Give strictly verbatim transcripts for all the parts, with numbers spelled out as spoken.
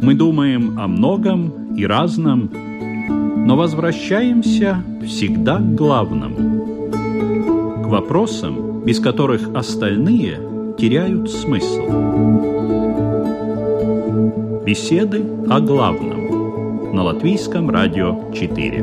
Мы думаем о многом и разном, но возвращаемся всегда к главному, к вопросам, без которых остальные теряют смысл. Беседы о главном на Латвийском радио четыре.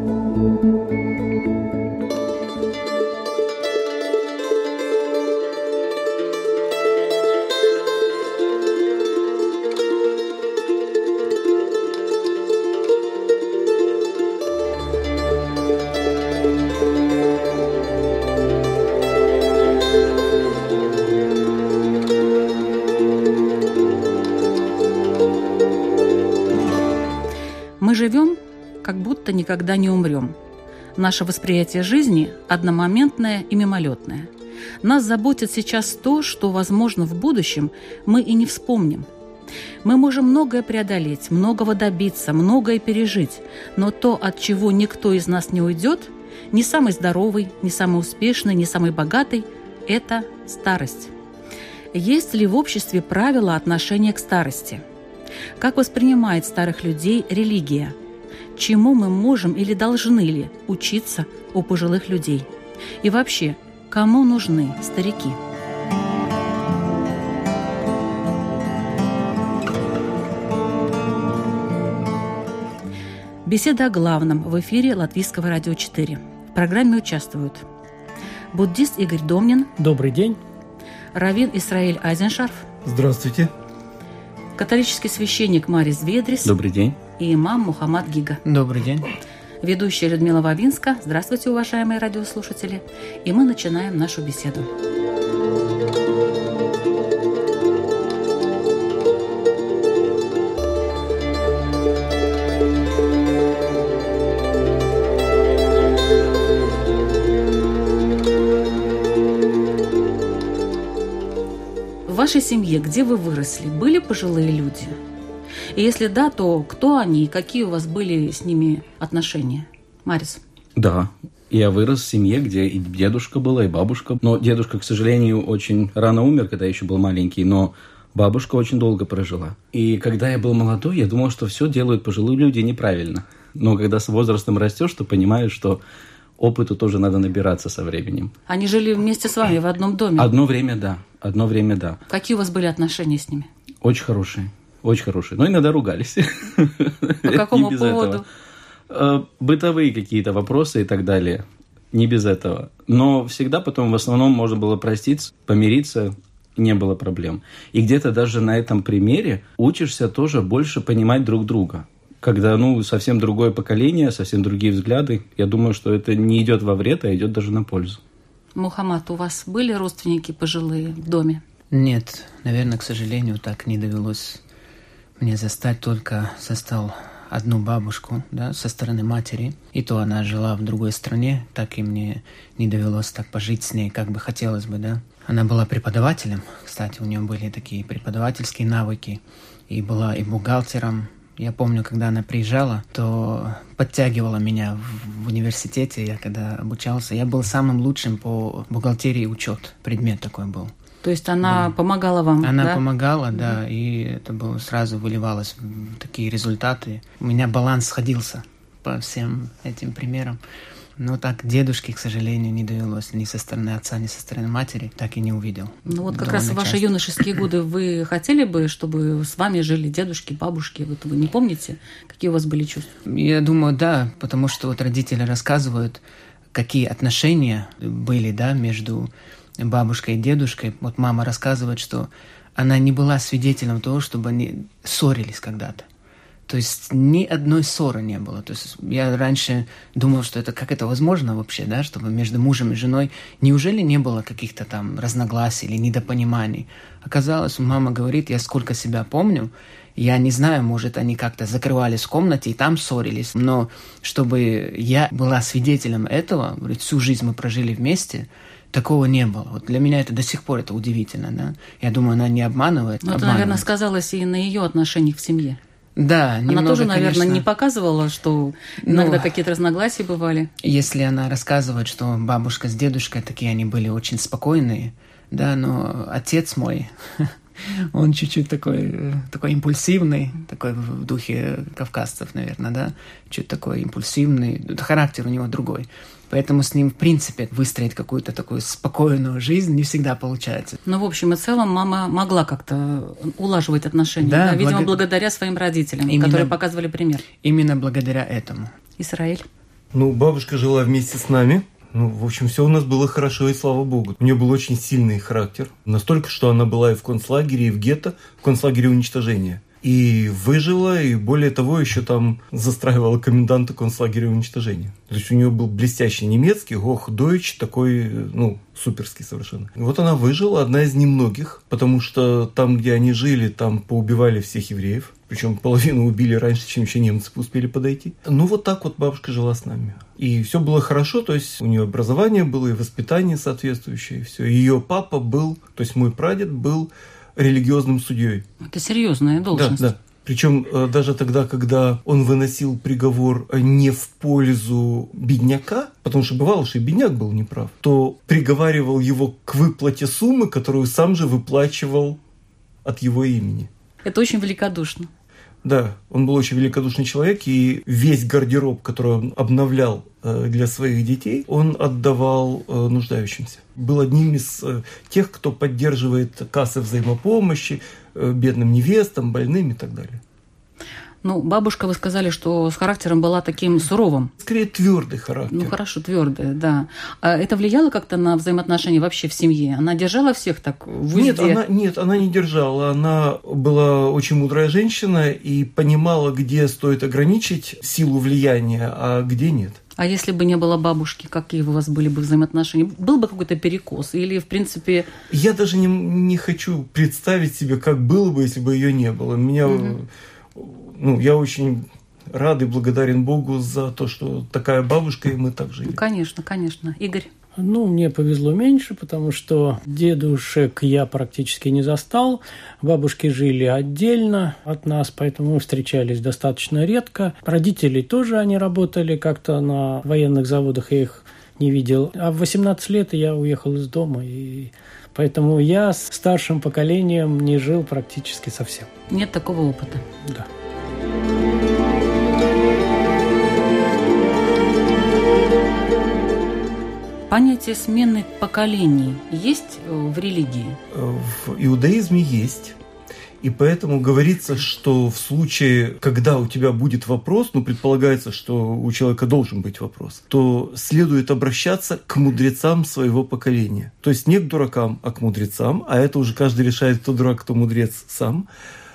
Мы живем, как будто никогда не умрем. Наше восприятие жизни одномоментное и мимолетное. Нас заботит сейчас то, что, возможно, в будущем мы и не вспомним. Мы можем многое преодолеть, многого добиться, многое пережить, но то, от чего никто из нас не уйдет, не самый здоровый, не самый успешный, не самый богатый – это старость. Есть ли в обществе правила отношения к старости? Как воспринимает старых людей религия? Чему мы можем или должны ли учиться у пожилых людей? И вообще, кому нужны старики? Беседа о главном в эфире Латвийского радио четыре. В программе участвуют буддист Игорь Домнин. Добрый день. Раввин Исраэль Айзеншарф. Здравствуйте. Католический священник Марис Ведрис. Добрый день. И имам Мухаммад Гига. Добрый день. Ведущая Людмила Вавинска. Здравствуйте, уважаемые радиослушатели. И мы начинаем нашу беседу. В вашей семье, где вы выросли, были пожилые люди? И если да, то кто они и какие у вас были с ними отношения? Марис? Да, я вырос в семье, где и дедушка была, и бабушка. Но дедушка, к сожалению, очень рано умер, когда я еще был маленький, но бабушка очень долго прожила. И когда я был молодой, я думал, что все делают пожилые люди неправильно. Но когда с возрастом растешь, то понимаешь, что опыту тоже надо набираться со временем. Они жили вместе с вами в одном доме? Одно время, да. Одно время, да. Какие у вас были отношения с ними? Очень хорошие. Очень хорошие. Но иногда ругались. По какому поводу? Бытовые какие-то вопросы и так далее. Не без этого. Но всегда потом в основном можно было проститься, помириться, не было проблем. И где-то даже на этом примере учишься тоже больше понимать друг друга. Когда, ну, совсем другое поколение, совсем другие взгляды, я думаю, что это не идет во вред, а идет даже на пользу. Мухаммад, у вас были родственники пожилые в доме? Нет, наверное, к сожалению, так не довелось мне застать, только застал одну бабушку, да, со стороны матери. И то она жила в другой стране, так и мне не довелось так пожить с ней, как бы хотелось бы, да. Она была преподавателем, кстати, у нее были такие преподавательские навыки, и была и бухгалтером. Я помню, когда она приезжала, то подтягивала меня в, в университете, я когда обучался. Я был самым лучшим по бухгалтерии и учет, предмет такой был. То есть она да. помогала вам, Она да? помогала, да, mm-hmm. и это было, сразу выливалось в такие результаты. У меня баланс сходился по всем этим примерам. Но так дедушке, к сожалению, не довелось ни со стороны отца, ни со стороны матери, так и не увидел. Ну вот как раз в ваши юношеские годы вы хотели бы, чтобы с вами жили дедушки, бабушки? Вот вы не помните, какие у вас были чувства? Я думаю, да, потому что вот родители рассказывают, какие отношения были, да, между бабушкой и дедушкой. Вот мама рассказывает, что она не была свидетелем того, чтобы они ссорились когда-то. То есть ни одной ссоры не было. То есть я раньше думал, что это как это возможно вообще, да, чтобы между мужем и женой неужели не было каких-то там разногласий или недопониманий. Оказалось, мама говорит, я сколько себя помню, я не знаю, может, они как-то закрывались в комнате и там ссорились, но чтобы я была свидетелем этого, говорит, всю жизнь мы прожили вместе, такого не было. Вот для меня это до сих пор это удивительно, да. Я думаю, она не обманывает. Но это, наверное, сказалось и на ее отношениях в семье. Да, немного, она тоже, наверное, конечно, не показывала, что иногда ну, какие-то разногласия бывали. Если она рассказывает, что бабушка с дедушкой такие они были очень спокойные, да, но отец мой Он чуть-чуть такой, такой импульсивный, такой в духе кавказцев, наверное, да? Чуть такой импульсивный. Характер у него другой. Поэтому с ним, в принципе, выстроить какую-то такую спокойную жизнь не всегда получается. Ну, в общем и целом, мама могла как-то улаживать отношения, да, да? Видимо, благ... благодаря своим родителям, именно, которые показывали пример. Именно благодаря этому. Исраиль? Ну, бабушка жила вместе с нами. Ну, в общем, все у нас было хорошо, и слава богу. У нее был очень сильный характер. Настолько, что она была и в концлагере, и в гетто, в концлагере уничтожения. И выжила, и более того, еще там застраивала коменданта концлагеря уничтожения. То есть у нее был блестящий немецкий, Hochdeutsch, такой, ну, суперский совершенно. И вот она выжила, одна из немногих, потому что там, где они жили, там поубивали всех евреев. Причем половину убили раньше, чем еще немцы успели подойти. Ну, вот так вот бабушка жила с нами. И все было хорошо, то есть у нее образование было, и воспитание соответствующее, и все. Ее папа был, то есть мой прадед был религиозным судьей. Это серьезная должность. Да, да. Причем даже тогда, когда он выносил приговор не в пользу бедняка, потому что бывало, что и бедняк был неправ, то приговаривал его к выплате суммы, которую сам же выплачивал от его имени. Это очень великодушно. Да, он был очень великодушный человек, и весь гардероб, который он обновлял для своих детей, он отдавал нуждающимся. Был одним из тех, кто поддерживает кассы взаимопомощи бедным невестам, больным и так далее. Ну, бабушка, вы сказали, что с характером была таким суровым. Скорее, твердый характер. Ну, хорошо, твердый, да. А это влияло как-то на взаимоотношения вообще в семье? Она держала всех так в узде? Нет, она, нет, она не держала. Она была очень мудрая женщина и понимала, где стоит ограничить силу влияния, а где нет. А если бы не было бабушки, какие у вас были бы взаимоотношения? Был бы какой-то перекос? Или, в принципе... Я даже не, не хочу представить себе, как было бы, если бы ее не было. Меня... Угу. Ну, я очень рад и благодарен Богу за то, что такая бабушка, и мы так жили. Конечно, конечно. Игорь? Ну, мне повезло меньше, потому что дедушек я практически не застал. Бабушки жили отдельно от нас, поэтому мы встречались достаточно редко. Родители тоже, они работали как-то на военных заводах, я их не видел. А в восемнадцать лет я уехал из дома, и поэтому я с старшим поколением не жил практически совсем. Нет такого опыта? Да. Понятие смены поколений есть в религии? В иудаизме есть. И поэтому говорится, что в случае, когда у тебя будет вопрос, ну, предполагается, что у человека должен быть вопрос, то следует обращаться к мудрецам своего поколения. То есть не к дуракам, а к мудрецам. А это уже каждый решает, кто дурак, кто мудрец сам.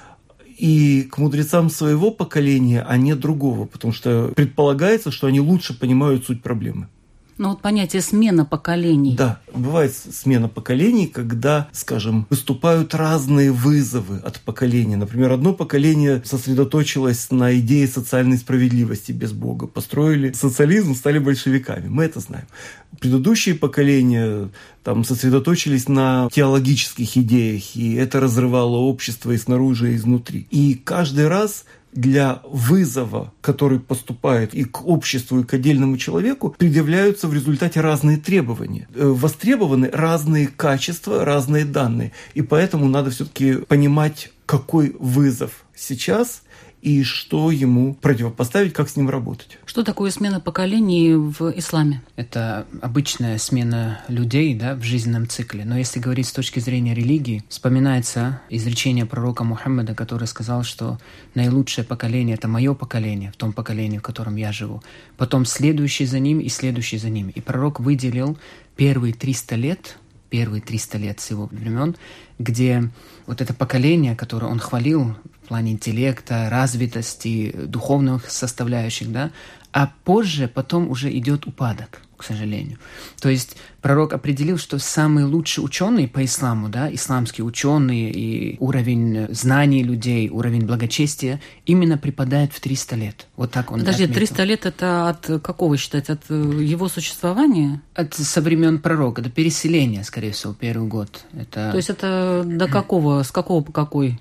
И к мудрецам своего поколения, а не другого. Потому что предполагается, что они лучше понимают суть проблемы. Ну вот понятие смена поколений. Да, бывает смена поколений, когда, скажем, выступают разные вызовы от поколения. Например, одно поколение сосредоточилось на идее социальной справедливости без Бога. Построили социализм, стали большевиками. Мы это знаем. Предыдущие поколения там сосредоточились на теологических идеях, и это разрывало общество и снаружи, и изнутри. И каждый раз для вызова, который поступает и к обществу, и к отдельному человеку, предъявляются в результате разные требования. Востребованы разные качества, разные данные. И поэтому надо все-таки понимать, какой вызов сейчас и что ему противопоставить, как с ним работать. Что такое смена поколений в исламе? Это обычная смена людей, да, в жизненном цикле. Но если говорить с точки зрения религии, вспоминается изречение пророка Мухаммеда, который сказал, что наилучшее поколение – это мое поколение, в том поколении, в котором я живу. Потом следующий за ним и следующий за ним. И пророк выделил первые триста лет, первые триста лет с его времен, где вот это поколение, которое он хвалил в плане интеллекта, развитости, духовных составляющих, да, а позже потом уже идет упадок, к сожалению. То есть пророк определил, что самые лучшие ученые по исламу, да, исламские ученые и уровень знаний людей, уровень благочестия именно припадает в триста лет. Вот так он Подожди, отметил. триста лет это от какого считать? От его существования? От со времен пророка, до переселения, скорее всего, первый год. Это... То есть это до какого, с какого по какой?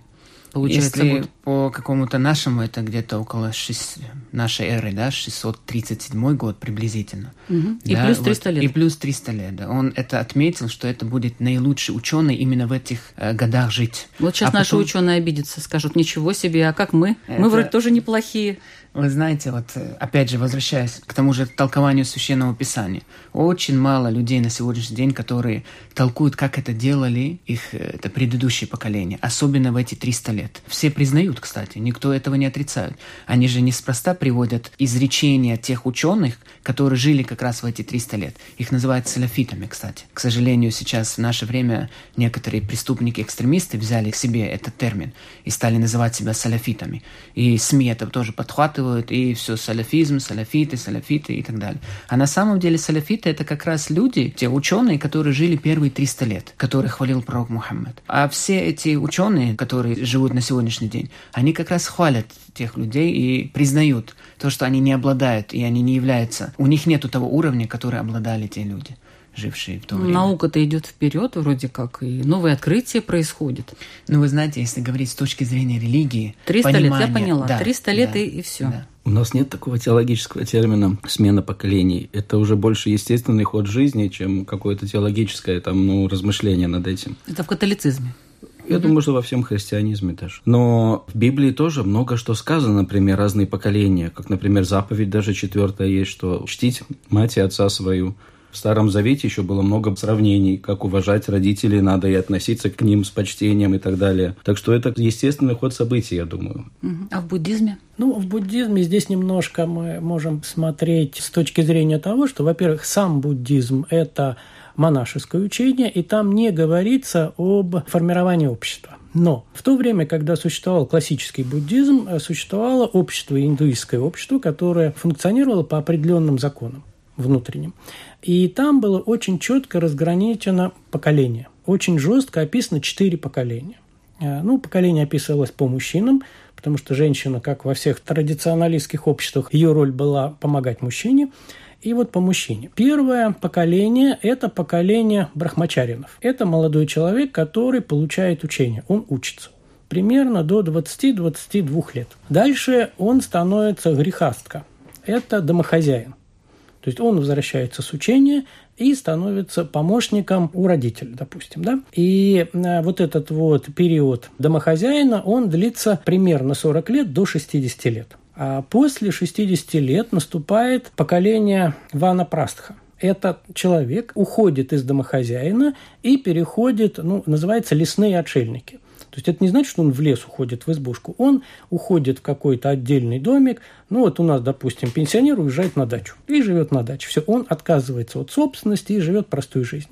получается, Если год? по какому-то нашему, это где-то около шесть, нашей эры, да, шестьсот тридцать седьмой год приблизительно. Угу. И да, плюс триста вот, лет. И плюс триста лет, да. Он это отметил, что это будет наилучший ученый именно в этих э, годах жить. Вот сейчас а наши потом... ученые обидятся, скажут, ничего себе, а как мы? Это... Мы вроде тоже неплохие. Вы знаете, вот опять же, возвращаясь к тому же толкованию Священного Писания, очень мало людей на сегодняшний день, которые толкуют, как это делали их это предыдущее поколение, особенно в эти триста лет. Все признают, кстати, никто этого не отрицает. Они же неспроста приводят изречения тех ученых, которые жили как раз в эти триста лет. Их называют салафитами, кстати. К сожалению, сейчас в наше время некоторые преступники-экстремисты взяли к себе этот термин и стали называть себя салафитами. И СМИ это тоже подхватывают, и все салафизм, салафиты, салафиты и так далее. А на самом деле салафиты — это как раз люди, те ученые, которые жили первые триста лет, которых хвалил пророк Мухаммад. А все эти ученые, которые живут на сегодняшний день, они как раз хвалят тех людей и признают то, что они не обладают, и они не являются, у них нету того уровня, который обладали те люди, жившие в то время. Наука-то идет вперед, вроде как, и новые открытия происходят. Ну, вы знаете, если говорить с точки зрения религии, триста лет, я поняла. Да, триста лет да, и, и все. Да. У нас нет такого теологического термина «смена поколений». Это уже больше естественный ход жизни, чем какое-то теологическое там, ну, размышление над этим. Это в католицизме. Я mm-hmm. думаю, что во всем христианизме тоже. Но в Библии тоже много что сказано, например, разные поколения. Как, например, заповедь даже четвертая есть, что чтить мать и отца свою. В Старом Завете еще было много сравнений, как уважать родителей надо и относиться к ним с почтением и так далее. Так что это естественный ход событий, я думаю. Mm-hmm. А в буддизме? Ну, в буддизме здесь немножко мы можем смотреть с точки зрения того, что, во-первых, сам буддизм – это монашеское учение, и там не говорится об формировании общества. Но в то время, когда существовал классический буддизм, существовало общество, индуистское общество, которое функционировало по определенным законам внутренним. И там было очень четко разграничено поколение. Очень жестко описано четыре поколения. Ну, поколение описывалось по мужчинам, потому что женщина, как во всех традиционалистских обществах, ее роль была помогать мужчине. И вот по мужчине. Первое поколение – это поколение брахмачаринов. Это молодой человек, который получает учение, он учится. Примерно до двадцати-двадцати двух лет. Дальше он становится грехастка. Это домохозяин. То есть он возвращается с учения и становится помощником у родителей, допустим. Да? И вот этот вот период домохозяина, он длится примерно сорок лет до шестидесяти лет. А после шестидесяти лет наступает поколение ванапрастха. Этот человек уходит из домохозяина и переходит, ну, называется лесные отшельники. То есть это не значит, что он в лес уходит, в избушку. Он уходит в какой-то отдельный домик. Ну вот у нас, допустим, пенсионер уезжает на дачу и живет на даче. Все, он отказывается от собственности и живет простой жизнью.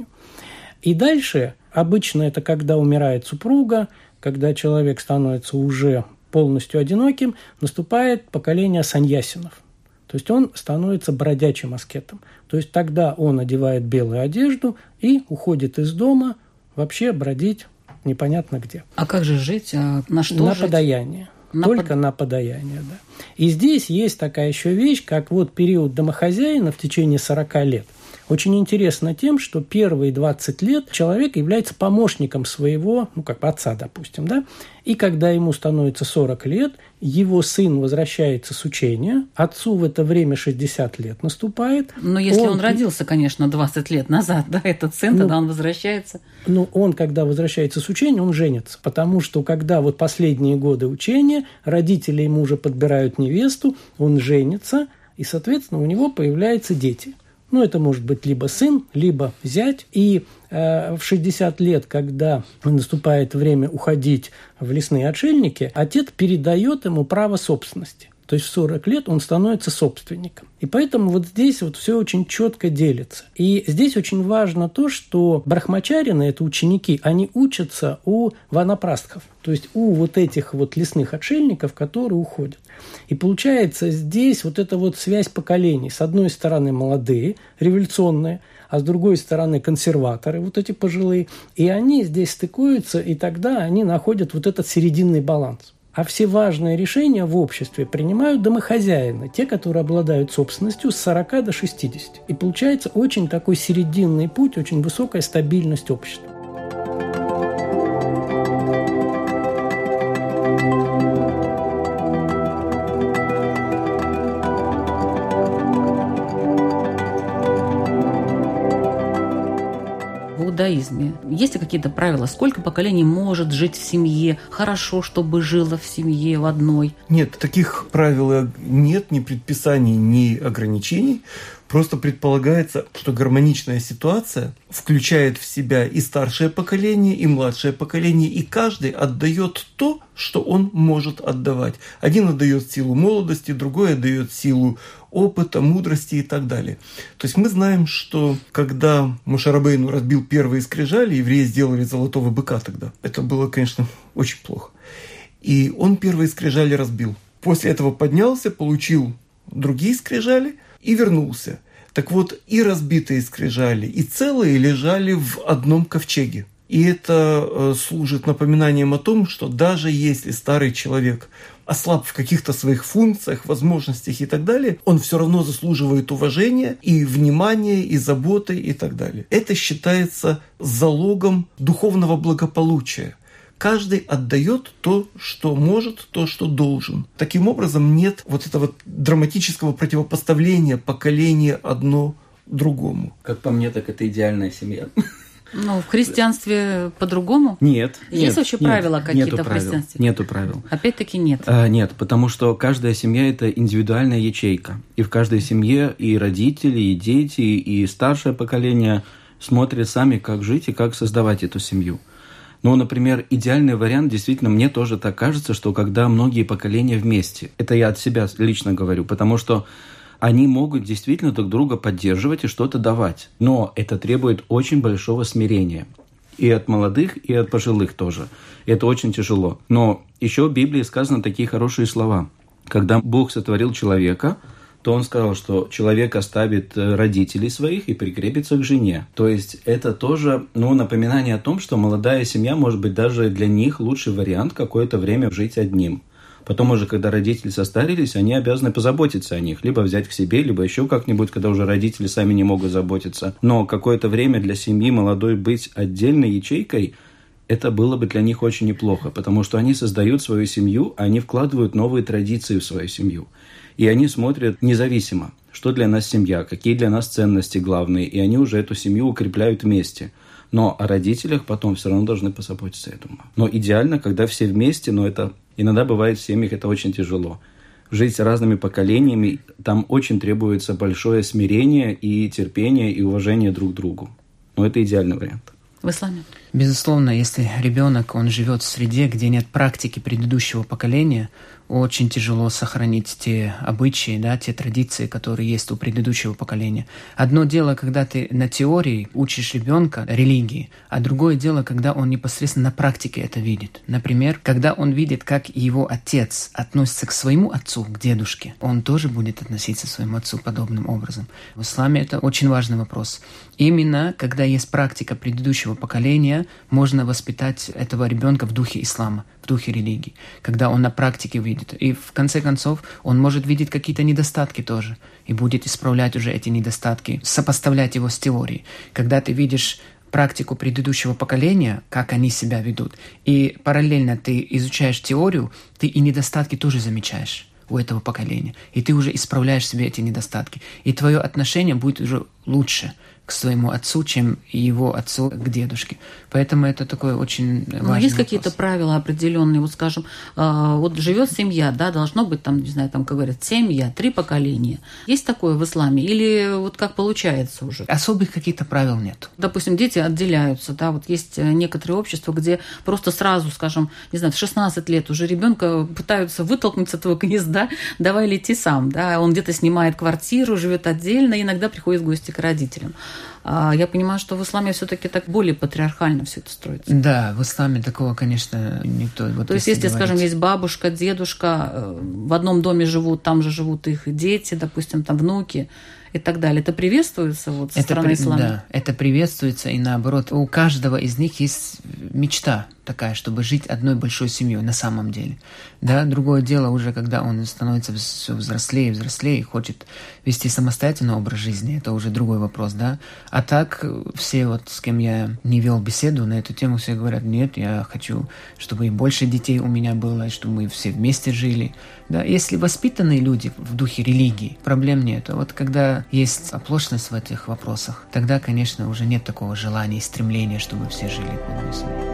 И дальше обычно это когда умирает супруга, когда человек становится уже полностью одиноким, наступает поколение саньясинов. То есть он становится бродячим аскетом. То есть тогда он одевает белую одежду и уходит из дома вообще бродить непонятно где. А как же жить? А на что на жить? Подаяние. На Только под... на подаяние, да. И здесь есть такая еще вещь, как вот период домохозяина в течение сорока лет. Очень интересно тем, что первые двадцать лет человек является помощником своего, ну, как бы отца, допустим, да, и когда ему становится сорок лет, его сын возвращается с учения, отцу в это время шестьдесят лет наступает. Но если он, он родился, конечно, двадцать лет назад, да, этот сын, ну, тогда он возвращается. Ну, он, когда возвращается с учения, он женится, потому что когда вот последние годы учения, родители ему уже подбирают невесту, он женится, и, соответственно, у него появляются дети. Ну, это может быть либо сын, либо зять. И э, в шестьдесят лет, когда наступает время уходить в лесные отшельники, отец передает ему право собственности. То есть в сорок лет он становится собственником. И поэтому вот здесь вот все очень четко делится. И здесь очень важно то, что брахмачарины, это ученики, они учатся у ванапрастхов. То есть у вот этих вот лесных отшельников, которые уходят. И получается здесь вот эта вот связь поколений. С одной стороны молодые, революционные, а с другой стороны консерваторы, вот эти пожилые. И они здесь стыкуются, и тогда они находят вот этот серединный баланс. А все важные решения в обществе принимают домохозяины, те, которые обладают собственностью с сорока до шестидесяти. И получается очень такой серединный путь, очень высокая стабильность общества. иудаизме есть ли какие-то правила? Сколько поколений может жить в семье? Хорошо, чтобы жило в семье в одной? Нет, таких правил нет, ни предписаний, ни ограничений. Просто предполагается, что гармоничная ситуация включает в себя и старшее поколение, и младшее поколение, и каждый отдает то, что он может отдавать. Один отдает силу молодости, другой отдает силу опыта, мудрости и так далее. То есть мы знаем, что когда Моше Рабейну разбил первые скрижали, евреи сделали золотого быка тогда. Это было, конечно, очень плохо. И он первые скрижали разбил. После этого поднялся, получил другие скрижали и вернулся. Так вот, и разбитые скрижали, и целые лежали в одном ковчеге. И это э, служит напоминанием о том, что даже если старый человек ослаб в каких-то своих функциях, возможностях и так далее, он все равно заслуживает уважения и внимания, и заботы и так далее. Это считается залогом духовного благополучия. Каждый отдает то, что может, то, что должен. Таким образом, нет вот этого драматического противопоставления поколения одно другому. Как по мне, так это идеальная семья. Ну, в христианстве по-другому? Нет. Есть нет, вообще нет, правила какие-то нету в христианстве? Правил, нету правил. Опять-таки нет. А, нет, потому что каждая семья – это индивидуальная ячейка. И в каждой семье и родители, и дети, и старшее поколение смотрят сами, как жить и как создавать эту семью. Ну, например, идеальный вариант, действительно, мне тоже так кажется, что когда многие поколения вместе, это я от себя лично говорю, потому что они могут действительно друг друга поддерживать и что-то давать. Но это требует очень большого смирения. И от молодых, и от пожилых тоже. Это очень тяжело. Но еще в Библии сказаны такие хорошие слова. Когда Бог сотворил человека, то он сказал, что человек оставит родителей своих и прикрепится к жене. То есть это тоже ну, напоминание о том, что молодая семья, может быть, даже для них лучший вариант какое-то время жить одним. Потом уже, когда родители состарились, они обязаны позаботиться о них. Либо взять к себе, либо еще как-нибудь, когда уже родители сами не могут заботиться. Но какое-то время для семьи молодой быть отдельной ячейкой, это было бы для них очень неплохо. Потому что они создают свою семью, они вкладывают новые традиции в свою семью. И они смотрят независимо, что для нас семья, какие для нас ценности главные. И они уже эту семью укрепляют вместе. Но о родителях потом все равно должны позаботиться, я думаю. Но идеально, когда все вместе, но это иногда бывает в семьях, это очень тяжело. Жить с разными поколениями, там очень требуется большое смирение и терпение, и уважение друг к другу. Но это идеальный вариант. В исламе? Безусловно, если ребенок, он живет в среде, где нет практики предыдущего поколения, очень тяжело сохранить те обычаи, да, те традиции, которые есть у предыдущего поколения. Одно дело, когда ты на теории учишь ребенка религии, а другое дело, когда он непосредственно на практике это видит. Например, когда он видит, как его отец относится к своему отцу, к дедушке, он тоже будет относиться к своему отцу подобным образом. В исламе это очень важный вопрос. Именно когда есть практика предыдущего поколения, можно воспитать этого ребенка в духе ислама, в духе религии, когда он на практике видит. И в конце концов он может видеть какие-то недостатки тоже и будет исправлять уже эти недостатки, сопоставлять его с теорией. Когда ты видишь практику предыдущего поколения, как они себя ведут, и параллельно ты изучаешь теорию, ты и недостатки тоже замечаешь у этого поколения. И ты уже исправляешь себе эти недостатки. И твое отношение будет уже лучше к своему отцу, чем его отцу к дедушке. Поэтому это такой очень важный вопрос. Есть какие-то правила определенные? Вот, скажем, вот живет семья, да, должно быть там, не знаю, там, как говорят, семья, три поколения. Есть такое в исламе? Или вот как получается уже? Особых каких-то правил нет. Допустим, дети отделяются, да, вот есть некоторые общества, где просто сразу, скажем, не знаю, в шестнадцать лет уже ребенка пытаются вытолкнуть с этого гнезда, давай лети сам, да, он где-то снимает квартиру, живет отдельно, иногда приходит в гости к родителям. Я понимаю, что в исламе все-таки так более патриархально все это строится. Да, в исламе такого, конечно, никто... Вот То есть, если, говорить... скажем, есть бабушка, дедушка, в одном доме живут, там же живут их дети, допустим, там внуки и так далее. Это приветствуется вот со это стороны при... ислама? Да, это приветствуется, и наоборот, у каждого из них есть мечта такая, чтобы жить одной большой семьей на самом деле. Да, другое дело уже, когда он становится все взрослее и взрослее и хочет вести самостоятельный образ жизни, это уже другой вопрос, да. А так все, вот, с кем я не вел беседу на эту тему, все говорят: нет, я хочу, чтобы и больше детей у меня было, и чтобы мы все вместе жили. Да, если воспитанные люди в духе религии, проблем нет. А вот когда есть оплошность в этих вопросах, тогда, конечно, уже нет такого желания и стремления, чтобы все жили в одной семье.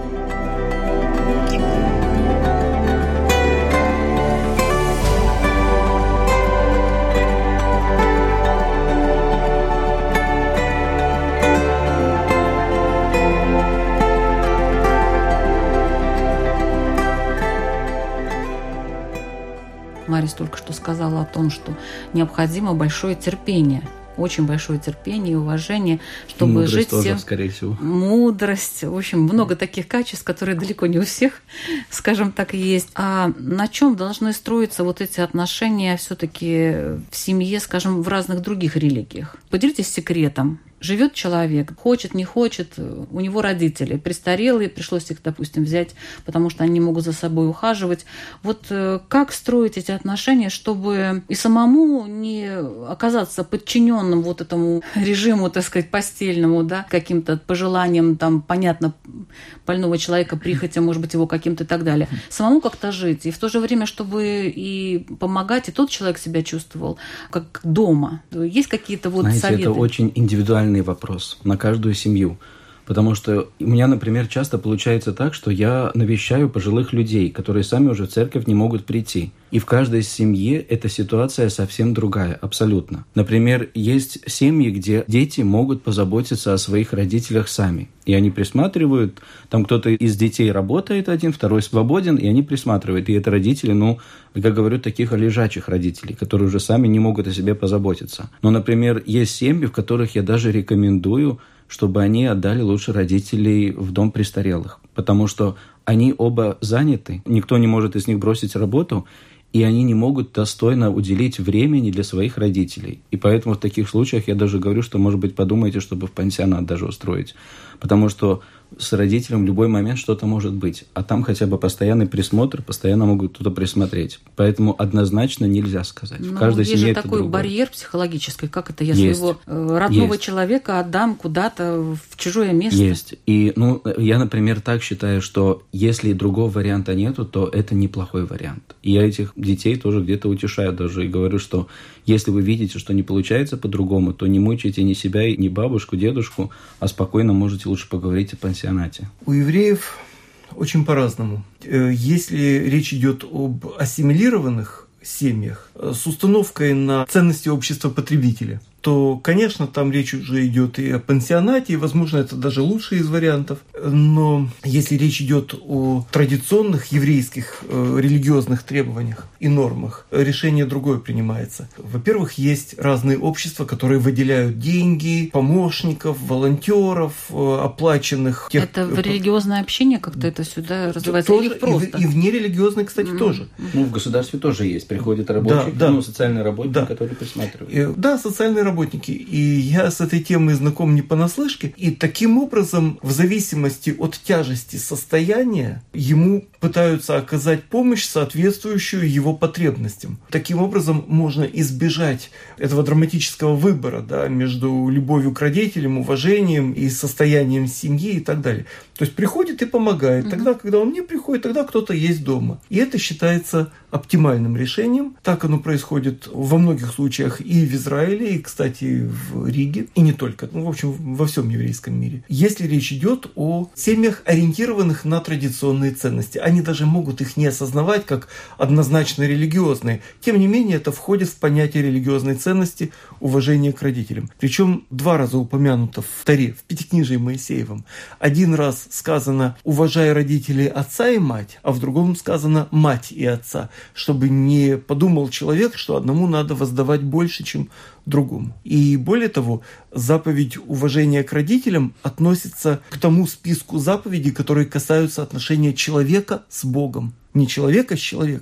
Марис только что сказала о том, что необходимо большое терпение, очень большое терпение и уважение, чтобы мудрость жить тоже, всем. Скорее всего. Мудрость. В общем, много таких качеств, которые далеко не у всех, скажем так, есть. А на чем должны строиться вот эти отношения все-таки в семье, скажем, в разных других религиях? Поделитесь секретом. Живет человек, хочет, не хочет, у него родители престарелые, пришлось их, допустим, взять, потому что они не могут за собой ухаживать. Вот как строить эти отношения, чтобы и самому не оказаться подчиненным вот этому режиму, так сказать, постельному, да, каким-то пожеланиям, там, понятно, больного человека, прихотям, может быть, его каким-то и так далее. Самому как-то жить, и в то же время, чтобы и помогать, и тот человек себя чувствовал как дома. Есть какие-то вот Знаете, советы? Это очень индивидуальный вопрос на каждую семью. Потому что у меня, например, часто получается так, что я навещаю пожилых людей, которые сами уже в церковь не могут прийти. И в каждой семье эта ситуация совсем другая, абсолютно. Например, есть семьи, где дети могут позаботиться о своих родителях сами. И они присматривают, там кто-то из детей работает один, второй свободен, и они присматривают. И это родители, ну, как говорю, таких лежачих родителей, которые уже сами не могут о себе позаботиться. Но, например, есть семьи, в которых я даже рекомендую, чтобы они отдали лучше родителей в дом престарелых. Потому что они оба заняты, никто не может из них бросить работу, и они не могут достойно уделить времени для своих родителей. И поэтому в таких случаях я даже говорю, что, может быть, подумайте, чтобы в пансионат даже устроить. Потому что с родителем в любой момент что-то может быть. А там хотя бы постоянный присмотр, постоянно могут туда присмотреть. Поэтому однозначно нельзя сказать. Но в каждой есть семье же это такой другое. барьер психологический. Как это я Есть. своего родного Есть. человека отдам куда-то в чужое место? Есть. И, ну, я, например, так считаю, что если другого варианта нету, то это неплохой вариант. И я этих детей тоже где-то утешаю даже и говорю, что если вы видите, что не получается по-другому, то не мучайте ни себя, ни бабушку, дедушку, а спокойно можете лучше поговорить о пансионате. У евреев очень по-разному. Если речь идет об ассимилированных семьях с установкой на ценности общества потребителя, то, конечно, там речь уже идет и о пансионате, и, возможно, это даже лучший из вариантов. Но если речь идет о традиционных еврейских э, религиозных требованиях и нормах, решение другое принимается. Во-первых, есть разные общества, которые выделяют деньги, помощников, волонтеров, э, оплаченных. Тех, это в религиозное общение как-то это сюда развивается? Тоже, или просто? И, в, и в нерелигиозное, кстати, mm-hmm. тоже. Ну, в государстве тоже есть. Приходит рабочий, да, ну, да. социальный работник, да. который присматривает. И, да, социальный работник. Работники. И я с этой темой знаком не понаслышке. И таким образом, в зависимости от тяжести состояния, ему пытаются оказать помощь, соответствующую его потребностям. Таким образом, можно избежать этого драматического выбора, да, между любовью к родителям, уважением и состоянием семьи и так далее. То есть приходит и помогает. Тогда, когда он не приходит, тогда кто-то есть дома. И это считается оптимальным решением. Так оно происходит во многих случаях и в Израиле, и, кстати, в Риге, и не только, ну, в общем, во всем еврейском мире. Если речь идет о семьях, ориентированных на традиционные ценности, они даже могут их не осознавать как однозначно религиозные. Тем не менее, это входит в понятие религиозной ценности уважения к родителям. Причем два раза упомянуто в Торе, в Пятикнижии Моисеевом. Один раз сказано «уважай родителей отца и мать», а в другом сказано «мать и отца», чтобы не подумал человек, что одному надо воздавать больше, чем другому. И более того, заповедь уважения к родителям относится к тому списку заповедей, которые касаются отношения человека с Богом. Не человека с человеком,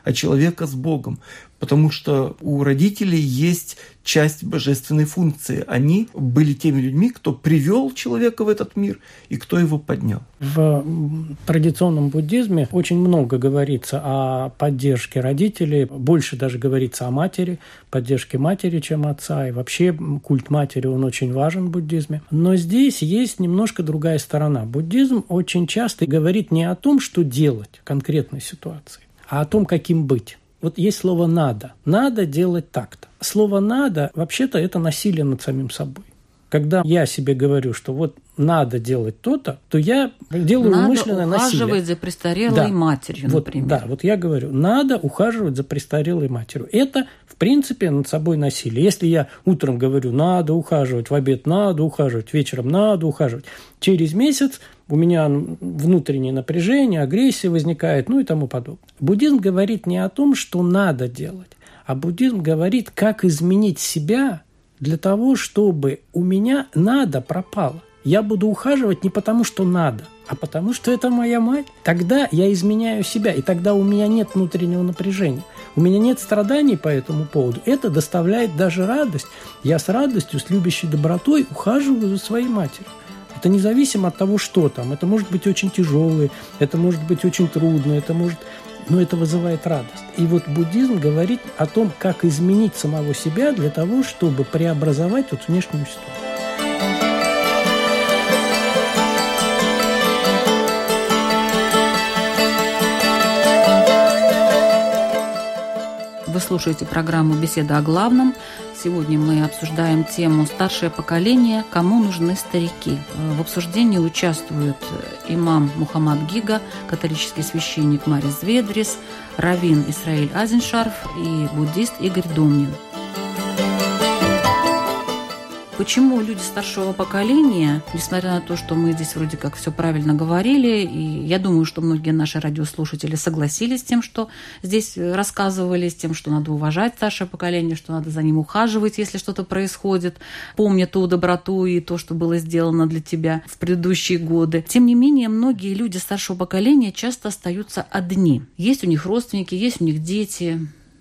а человека с Богом. Потому что у родителей есть часть божественной функции. Они были теми людьми, кто привел человека в этот мир и кто его поднял. В традиционном буддизме очень много говорится о поддержке родителей, больше даже говорится о матери, поддержке матери, чем отца. И вообще культ матери, он очень важен в буддизме. Но здесь есть немножко другая сторона. Буддизм очень часто говорит не о том, что делать в конкретной ситуации, а о том, каким быть. Вот есть слово «надо». Надо делать так-то. Слово «надо» вообще-то это насилие над самим собой. Когда я себе говорю, что вот надо делать то-то, то я делаю надо умышленное насилие. Надо ухаживать за престарелой да. матерью, вот, например. Да, вот я говорю, надо ухаживать за престарелой матерью. Это, в принципе, над собой насилие. Если я утром говорю, надо ухаживать, в обед надо ухаживать, вечером надо ухаживать, через месяц у меня внутреннее напряжение, агрессия возникает, ну и тому подобное. Буддизм говорит не о том, что надо делать, а буддизм говорит, как изменить себя для того, чтобы у меня надо пропало. Я буду ухаживать не потому, что надо, а потому, что это моя мать. Тогда я изменяю себя, и тогда у меня нет внутреннего напряжения. У меня нет страданий по этому поводу. Это доставляет даже радость. Я с радостью, с любящей добротой ухаживаю за своей матерью. Это независимо от того, что там. Это может быть очень тяжелое, это может быть очень трудно, это может... но это вызывает радость. И вот буддизм говорит о том, как изменить самого себя для того, чтобы преобразовать вот внешнюю ситуацию. Вы слушаете программу «Беседа о главном». Сегодня мы обсуждаем тему «Старшее поколение. Кому нужны старики?». В обсуждении участвуют имам Мухаммад Гига, католический священник Марис Ведрис, раввин Исраиль Азеншарф и буддист Игорь Домнин. Почему люди старшего поколения, несмотря на то, что мы здесь вроде как все правильно говорили, и я думаю, что многие наши радиослушатели согласились с тем, что здесь рассказывали, с тем, что надо уважать старшее поколение, что надо за ним ухаживать, если что-то происходит, помня ту доброту и то, что было сделано для тебя в предыдущие годы. Тем не менее, многие люди старшего поколения часто остаются одни. Есть у них родственники, есть у них дети.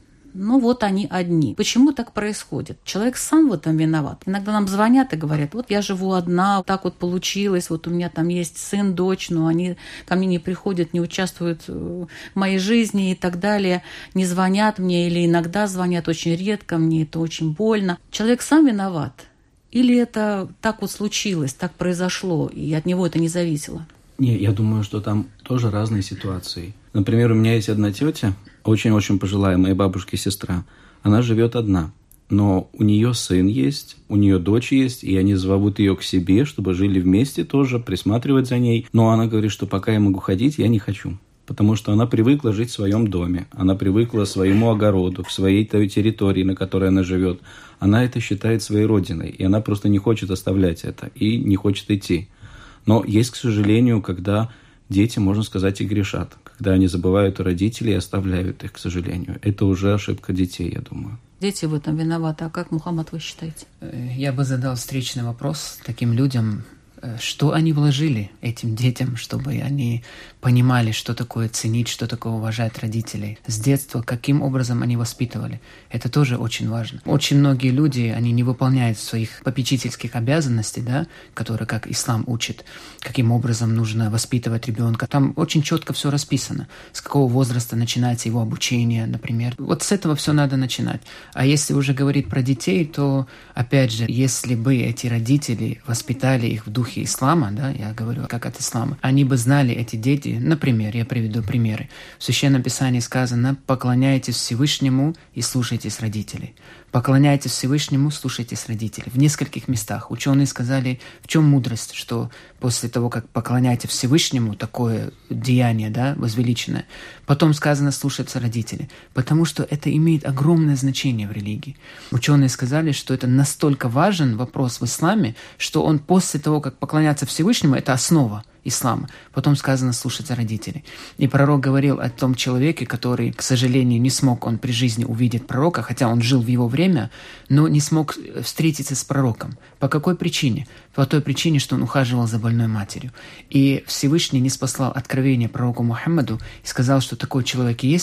Ну вот они одни. Почему так происходит? Человек сам в этом виноват. Иногда нам звонят и говорят, вот я живу одна, так вот получилось, вот у меня там есть сын, дочь, но они ко мне не приходят, не участвуют в моей жизни и так далее, не звонят мне или иногда звонят очень редко, мне это очень больно. Человек сам виноват? Или это так вот случилось, так произошло, и от него это не зависело? Не, я думаю, что там тоже разные ситуации. Например, у меня есть одна тетя, очень-очень пожилая, моей бабушки сестра. Она живет одна, но у нее сын есть, у нее дочь есть, и они зовут ее к себе, чтобы жили вместе тоже, присматривать за ней. Но она говорит, что пока я могу ходить, я не хочу. Потому что она привыкла жить в своем доме, она привыкла к своему огороду, к своей той территории, на которой она живет. Она это считает своей родиной, и она просто не хочет оставлять это, и не хочет идти. Но есть, к сожалению, когда дети, можно сказать, и грешат, когда они забывают о родителей и оставляют их, к сожалению. Это уже ошибка детей, я думаю. Дети в этом виноваты. А как, Мухаммад, вы считаете? Я бы задал встречный вопрос таким людям. Что они вложили этим детям, чтобы они понимали, что такое ценить, что такое уважать родителей? С детства каким образом они воспитывали? Это тоже очень важно. Очень многие люди, они не выполняют своих попечительских обязанностей, да, которые, как ислам учит, каким образом нужно воспитывать ребенка. Там очень четко все расписано. С какого возраста начинается его обучение, например. Вот с этого все надо начинать. А если уже говорить про детей, то, опять же, если бы эти родители воспитали их в духе ислама, да, я говорю как от ислама, они бы знали, эти дети, например, я приведу примеры. В Священном Писании сказано: «Поклоняйтесь Всевышнему и слушайтесь родителей». Поклоняйтесь Всевышнему, слушайтесь родителей. В нескольких местах ученые сказали, в чем мудрость, что после того, как поклоняйтесь Всевышнему, такое деяние, да, возвеличенное, потом сказано слушаться родителей, потому что это имеет огромное значение в религии. Ученые сказали, что это настолько важен вопрос в исламе, что он после того, как поклоняться Всевышнему, это основа ислама. Потом сказано слушаться родителей. И пророк говорил о том человеке, который, к сожалению, не смог он при жизни увидеть пророка, хотя он жил в его время, но не смог встретиться с пророком. По какой причине? По той причине, что он ухаживал за больной матерью. И Всевышний ниспослал откровение пророку Мухаммаду и сказал, что такой человек есть,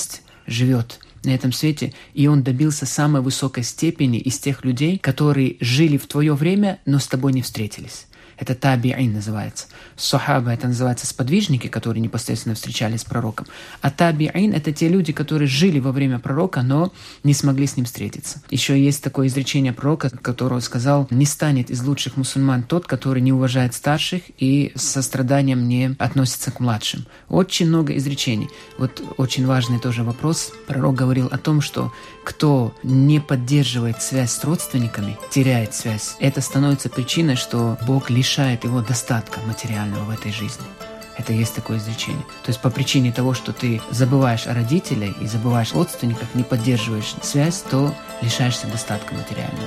живет на этом свете, и он добился самой высокой степени из тех людей, которые жили в твое время, но с тобой не встретились. Это таби'ин называется. Сахаба — это называется сподвижники, которые непосредственно встречались с пророком. А таби'ин — это те люди, которые жили во время пророка, но не смогли с ним встретиться. Еще есть такое изречение пророка, которого сказал: «Не станет из лучших мусульман тот, который не уважает старших и с состраданием не относится к младшим». Очень много изречений. Вот очень важный тоже вопрос. Пророк говорил о том, что кто не поддерживает связь с родственниками, теряет связь. Это становится причиной, что Бог лишает его достатка материального в этой жизни. Это есть такое изречение. То есть по причине того, что ты забываешь о родителях и забываешь о родственниках, не поддерживаешь связь, то лишаешься достатка материального.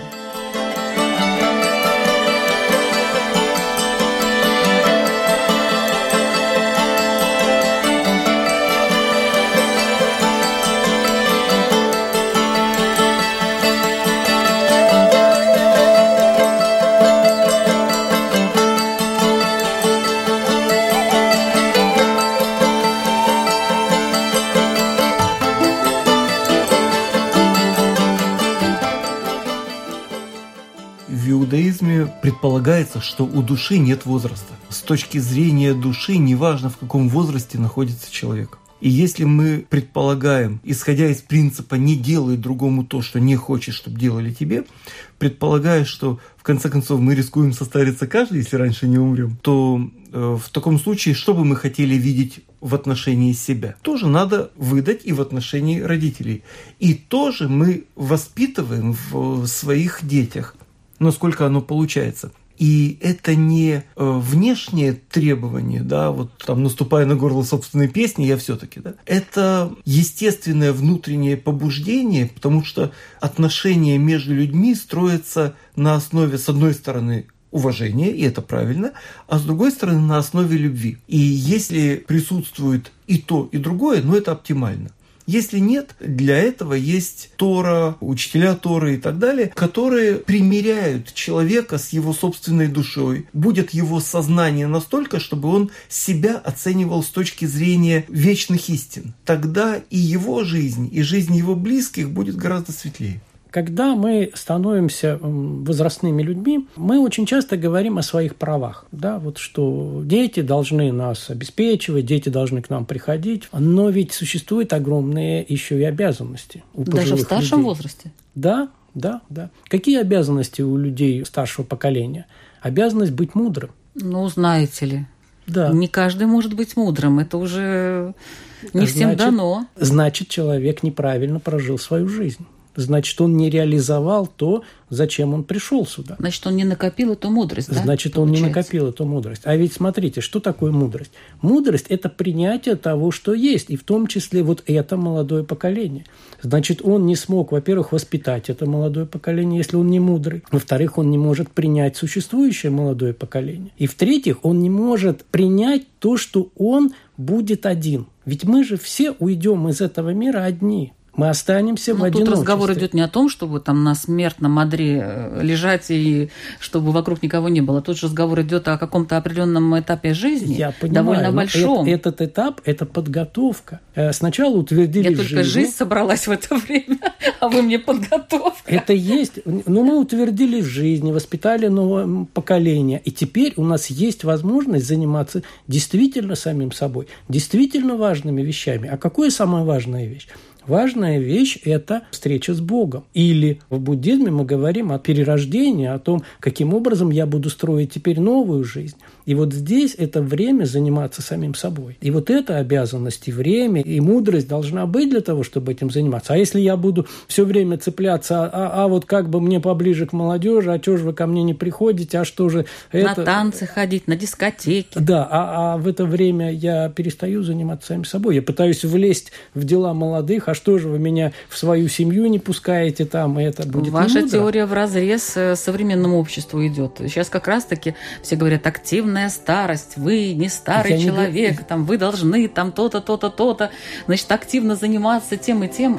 В иудаизме предполагается, что у души нет возраста. С точки зрения души неважно, в каком возрасте находится человек. И если мы предполагаем, исходя из принципа «не делай другому то, что не хочешь, чтобы делали тебе», предполагая, что в конце концов мы рискуем состариться каждый, если раньше не умрем, то э, в таком случае что бы мы хотели видеть в отношении себя? Тоже надо выдать и в отношении родителей. И тоже мы воспитываем в своих детях, насколько оно получается. И это не внешнее требование, да, вот там наступая на горло собственной песни, я все-таки, да, это естественное внутреннее побуждение, потому что отношения между людьми строятся на основе, с одной стороны, уважения, и это правильно, а с другой стороны, на основе любви. И если присутствует и то, и другое, ну это оптимально. Если нет, для этого есть Тора, учителя Торы и так далее, которые примиряют человека с его собственной душой, будет его сознание настолько, чтобы он себя оценивал с точки зрения вечных истин. Тогда и его жизнь, и жизнь его близких будет гораздо светлее. Когда мы становимся возрастными людьми, мы очень часто говорим о своих правах. Да, вот что дети должны нас обеспечивать, дети должны к нам приходить. Но ведь существуют огромные еще и обязанности у пожилых людей. Даже в старшем возрасте? Да, да, да. Какие обязанности у людей старшего поколения? Обязанность быть мудрым. Ну, знаете ли, да. Не каждый может быть мудрым. Это уже не всем значит, дано. Значит, человек неправильно прожил свою жизнь. Значит, он не реализовал то, зачем он пришел сюда. Значит, он не накопил эту мудрость, да? Значит, получается? он не накопил эту мудрость. А ведь смотрите, что такое мудрость? Мудрость – это принятие того, что есть, и в том числе вот это молодое поколение. Значит, он не смог, во-первых, воспитать это молодое поколение, если он не мудрый. Во-вторых, он не может принять существующее молодое поколение. И в-третьих, он не может принять то, что он будет один. Ведь мы же все уйдем из этого мира одни. Мы останемся Но в одиночестве. Тут разговор идет не о том, чтобы там на смертном одре лежать и чтобы вокруг никого не было. Тут же разговор идет о каком-то определенном этапе жизни, Я понимаю, довольно большом. Этот, этот этап – это подготовка. Сначала утвердили Я только жизнь. жизнь собралась в это время, а вы мне подготовка. Это есть. Но мы утвердили в жизни, воспитали новое поколение. И теперь у нас есть возможность заниматься действительно самим собой, действительно важными вещами. А какая самая важная вещь? Важная вещь – это встреча с Богом. Или в буддизме мы говорим о перерождении, о том, каким образом я буду строить теперь новую жизнь. И вот здесь это время заниматься самим собой. И вот эта обязанность, и время, и мудрость должна быть для того, чтобы этим заниматься. А если я буду все время цепляться, а, а вот как бы мне поближе к молодежи, а что же вы ко мне не приходите, а что же это… На танцы ходить, на дискотеки. Да, а, а в это время я перестаю заниматься самим собой. Я пытаюсь влезть в дела молодых, а что же вы меня в свою семью не пускаете там, и это будет Ваша немудро. теория вразрез современному обществу идет. Сейчас как раз-таки все говорят, активная старость, вы не старый Я человек, не... там, вы должны там то-то, то-то, то-то, значит, активно заниматься тем и тем.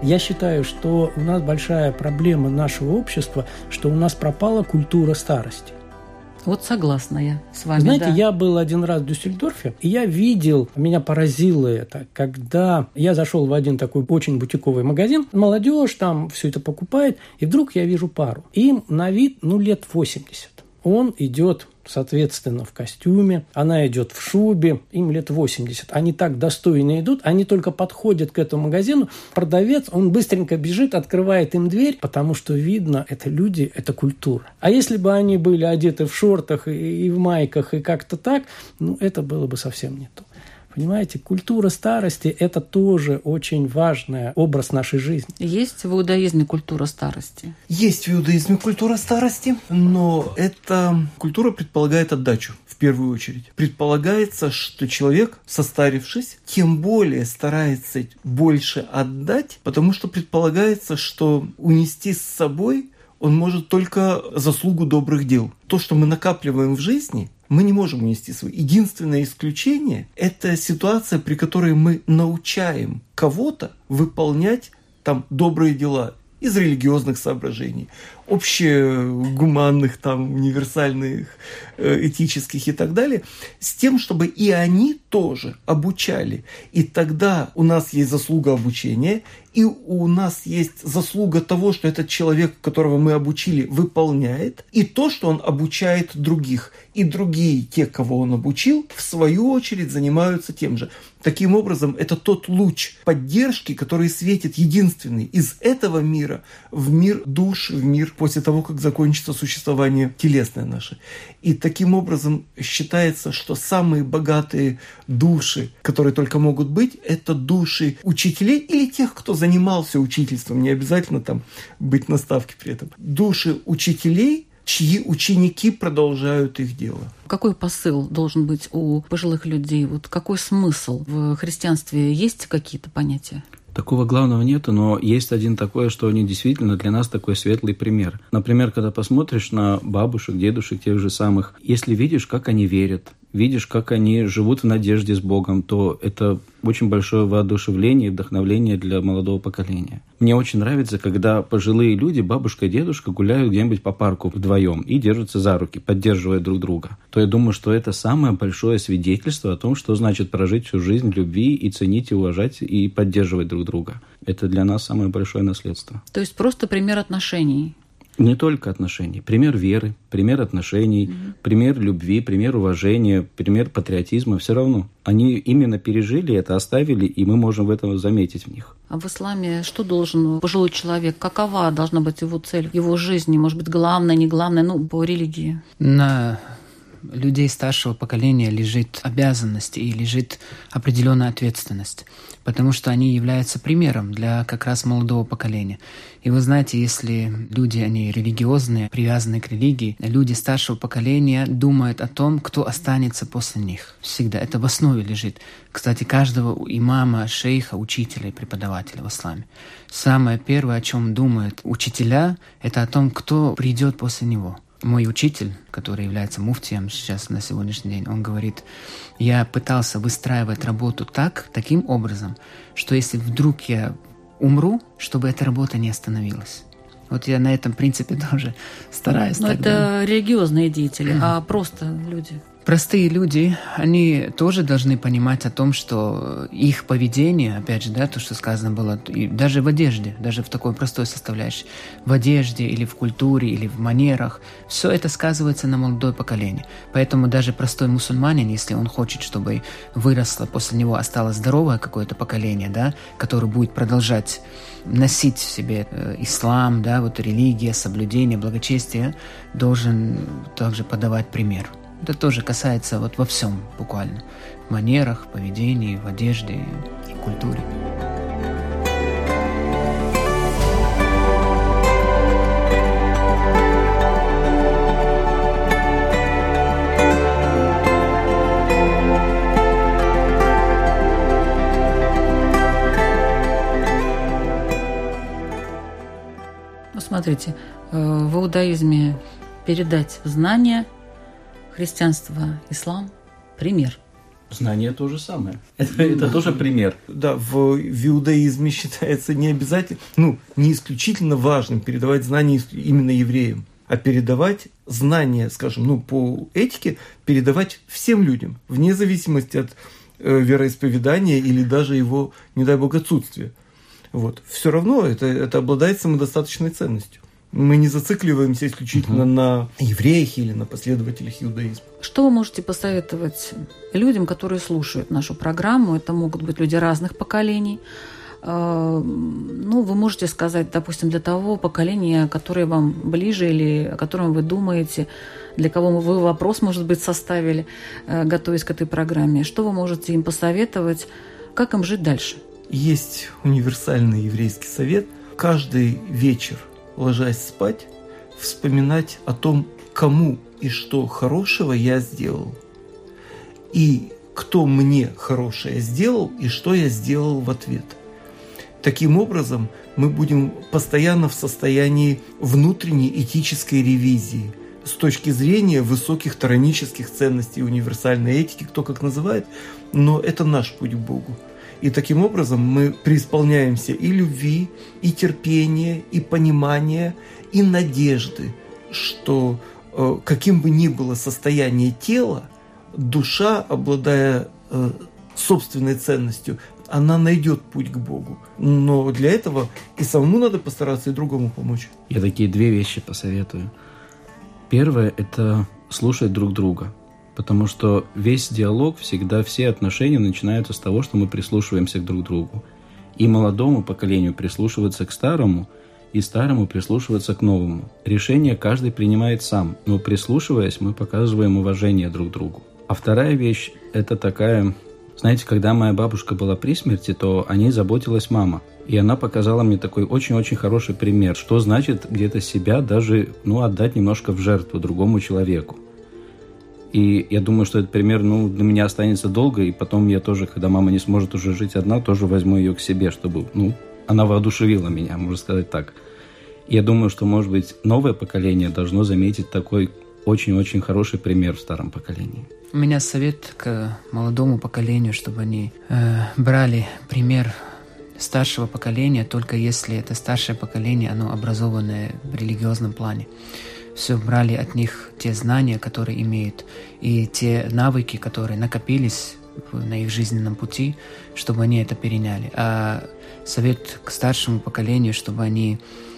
Я считаю, что у нас большая проблема нашего общества, что у нас пропала культура старости. Вот согласна я с вами. Знаете, да. я был один раз в Дюссельдорфе, и я видел, меня поразило это, когда я зашел в один такой очень бутиковый магазин, молодежь там все это покупает, и вдруг я вижу пару. Им на вид, ну, лет восемьдесят. Он идет, соответственно, в костюме, она идет в шубе, им лет восемьдесят. Они так достойно идут, они только подходят к этому магазину, продавец, он быстренько бежит, открывает им дверь, потому что видно, это люди, это культура. А если бы они были одеты в шортах и в майках и как-то так, ну, это было бы совсем не то. Понимаете, культура старости – это тоже очень важный образ нашей жизни. Есть в иудаизме культура старости? Есть в иудаизме культура старости, но эта культура предполагает отдачу в первую очередь. Предполагается, что человек, состарившись, тем более старается больше отдать, потому что предполагается, что унести с собой он может только заслугу добрых дел. То, что мы накапливаем в жизни, мы не можем унести свой. Единственное исключение – это ситуация, при которой мы научаем кого-то выполнять там добрые дела из религиозных соображений, общегуманных, там, универсальных, этических и так далее, с тем, чтобы и они тоже обучали. И тогда у нас есть заслуга обучения, и у нас есть заслуга того, что этот человек, которого мы обучили, выполняет, и то, что он обучает других. И другие, те, кого он обучил, в свою очередь занимаются тем же. Таким образом, это тот луч поддержки, который светит единственный из этого мира в мир душ, в мир после того, как закончится существование телесное наше. И таким образом считается, что самые богатые души, которые только могут быть, это души учителей или тех, кто занимался учительством, не обязательно там быть наставки при этом. Души учителей, чьи ученики продолжают их дело. Какой посыл должен быть у пожилых людей? Вот какой смысл в христианстве? Есть какие-то понятия? Такого главного нету, но есть один такое, что они действительно для нас такой светлый пример. Например, когда посмотришь на бабушек, дедушек тех же самых, если видишь, как они верят, видишь, как они живут в надежде с Богом, то это очень большое воодушевление и вдохновление для молодого поколения. Мне очень нравится, когда пожилые люди, бабушка и дедушка, гуляют где-нибудь по парку вдвоем и держатся за руки, поддерживая друг друга. То я думаю, что это самое большое свидетельство о том, что значит прожить всю жизнь в любви и ценить, и уважать, и поддерживать друг друга. Это для нас самое большое наследство. То есть просто пример отношений. Не только отношений. Пример веры, пример отношений, mm-hmm. пример любви, пример уважения, пример патриотизма. Все равно. Они именно пережили это, оставили, и мы можем в этом заметить в них. А в исламе что должен пожилой человек? Какова должна быть его цель, его жизни? Может быть, главное, не главное, ну, по религии? На людей старшего поколения лежит обязанность и лежит определенная ответственность, потому что они являются примером для как раз молодого поколения. И вы знаете, если люди, они религиозные, привязаны к религии, люди старшего поколения думают о том, кто останется после них. Всегда. Это в основе лежит. Кстати, каждого имама, шейха, учителя и преподавателя в исламе. Самое первое, о чем думают учителя, это о том, кто придет после него. Мой учитель, который является муфтием сейчас на сегодняшний день, он говорит, я пытался выстраивать работу так, таким образом, что если вдруг я умру, чтобы эта работа не остановилась. Вот я на этом принципе тоже стараюсь. Но это религиозные деятели, а просто люди. Простые люди, они тоже должны понимать о том, что их поведение, опять же, да, то, что сказано было, и даже в одежде, даже в такой простой составляющей, в одежде или в культуре, или в манерах, все это сказывается на молодое поколение. Поэтому даже простой мусульманин, если он хочет, чтобы выросло, после него осталось здоровое какое-то поколение, да, которое будет продолжать носить в себе ислам, да, вот религия, соблюдение, благочестие, должен также подавать пример. Это тоже касается вот во всем буквально. В манерах, поведении, в одежде и культуре. Ну, смотрите, в иудаизме передать знания, христианство, ислам – пример. Знание то же самое. Это, это тоже пример. Да, в, в иудаизме считается не обязательно, ну, не исключительно важным передавать знания именно евреям, а передавать знания, скажем, ну, по этике, передавать всем людям, вне зависимости от э, вероисповедания или даже его, не дай бог, отсутствия. Вот. Все равно это, это обладает самодостаточной ценностью. Мы не зацикливаемся исключительно угу. на евреях или на последователях иудаизма. Что вы можете посоветовать людям, которые слушают нашу программу? Это могут быть люди разных поколений. Ну, вы можете сказать, допустим, для того поколения, которое вам ближе или о котором вы думаете, для кого вы вопрос, может быть, составили, готовясь к этой программе. Что вы можете им посоветовать? Как им жить дальше? Есть универсальный еврейский совет. Каждый вечер, ложась спать, вспоминать о том, кому и что хорошего я сделал. И кто мне хорошее сделал, и что я сделал в ответ. Таким образом, мы будем постоянно в состоянии внутренней этической ревизии с точки зрения высоких таранических ценностей универсальной этики, кто как называет, но это наш путь к Богу. И таким образом мы преисполняемся и любви, и терпения, и понимания, и надежды, что э, каким бы ни было состояние тела, душа, обладая э, собственной ценностью, она найдет путь к Богу. Но для этого и самому надо постараться, и другому помочь. Я такие две вещи посоветую. Первое – это слушать друг друга. Потому что весь диалог, всегда все отношения начинаются с того, что мы прислушиваемся к друг другу. И молодому поколению прислушиваться к старому, и старому прислушиваться к новому. Решение каждый принимает сам, но прислушиваясь, мы показываем уважение друг другу. А вторая вещь – это такая... Знаете, когда моя бабушка была при смерти, то о ней заботилась мама. И она показала мне такой очень-очень хороший пример, что значит где-то себя даже ну, отдать немножко в жертву другому человеку. И я думаю, что этот пример ну, для меня останется долго, и потом я тоже, когда мама не сможет уже жить одна, тоже возьму ее к себе, чтобы ну, она воодушевила меня, можно сказать так. И я думаю, что, может быть, новое поколение должно заметить такой очень-очень хороший пример в старом поколении. У меня совет к молодому поколению, чтобы они э, брали пример старшего поколения, только если это старшее поколение, оно образованное в религиозном плане. Все брали от них те знания, которые имеют, и те навыки, которые накопились на их жизненном пути, чтобы они это переняли. А совет к старшему поколению, чтобы они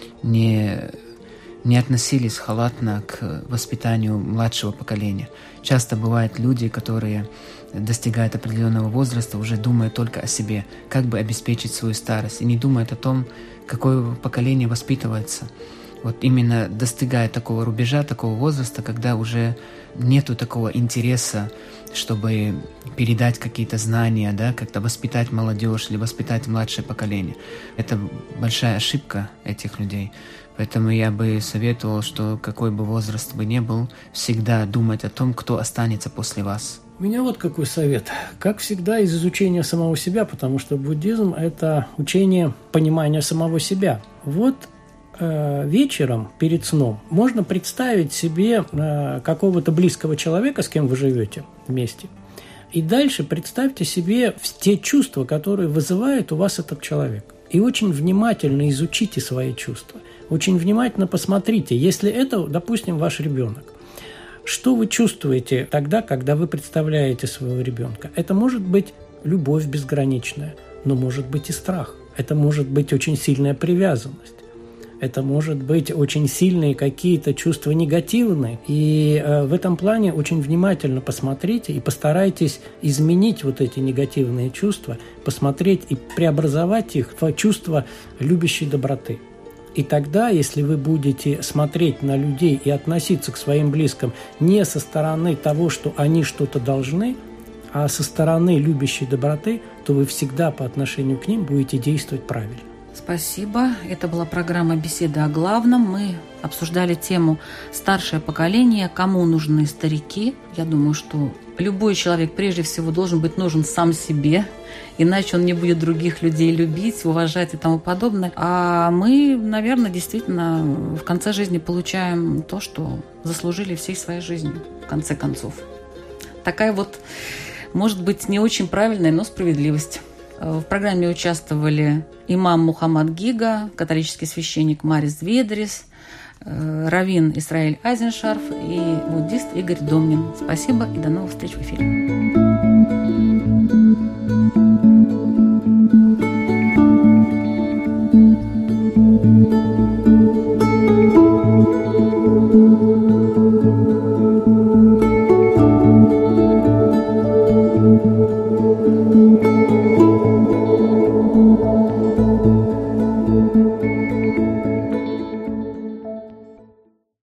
не, не относились халатно к воспитанию младшего поколения. Часто бывают люди, которые достигают определенного возраста, уже думая только о себе, как бы обеспечить свою старость, и не думают о том, какое поколение воспитывается. Вот именно достигая такого рубежа, такого возраста, когда уже нету такого интереса, чтобы передать какие-то знания, да, как-то воспитать молодежь или воспитать младшее поколение. Это большая ошибка этих людей. Поэтому я бы советовал, что какой бы возраст бы ни был, всегда думать о том, кто останется после вас. У меня вот какой совет. Как всегда, из изучения самого себя, потому что буддизм – это учение понимания самого себя. Вот вечером перед сном можно представить себе какого-то близкого человека, с кем вы живете вместе. И дальше представьте себе те чувства, которые вызывает у вас этот человек. И очень внимательно изучите свои чувства. Очень внимательно посмотрите, если это, допустим, ваш ребенок. Что вы чувствуете тогда, когда вы представляете своего ребенка? Это может быть любовь безграничная, но может быть и страх. Это может быть очень сильная привязанность. Это может быть очень сильные какие-то чувства негативные. И э, в этом плане очень внимательно посмотрите и постарайтесь изменить вот эти негативные чувства, посмотреть и преобразовать их в чувство любящей доброты. И тогда, если вы будете смотреть на людей и относиться к своим близким не со стороны того, что они что-то должны, а со стороны любящей доброты, то вы всегда по отношению к ним будете действовать правильно. Спасибо. Это была программа «Беседа о главном». Мы обсуждали тему «Старшее поколение. Кому нужны старики?». Я думаю, что любой человек прежде всего должен быть нужен сам себе, иначе он не будет других людей любить, уважать и тому подобное. А мы, наверное, действительно в конце жизни получаем то, что заслужили всей своей жизнью, в конце концов. Такая вот может быть, не очень правильная, но справедливость. В программе участвовали имам Мухаммад Гига, католический священник Марис Ведрис, раввин Исраэль Айзеншарф и буддист Игорь Домнин. Спасибо и до новых встреч в эфире.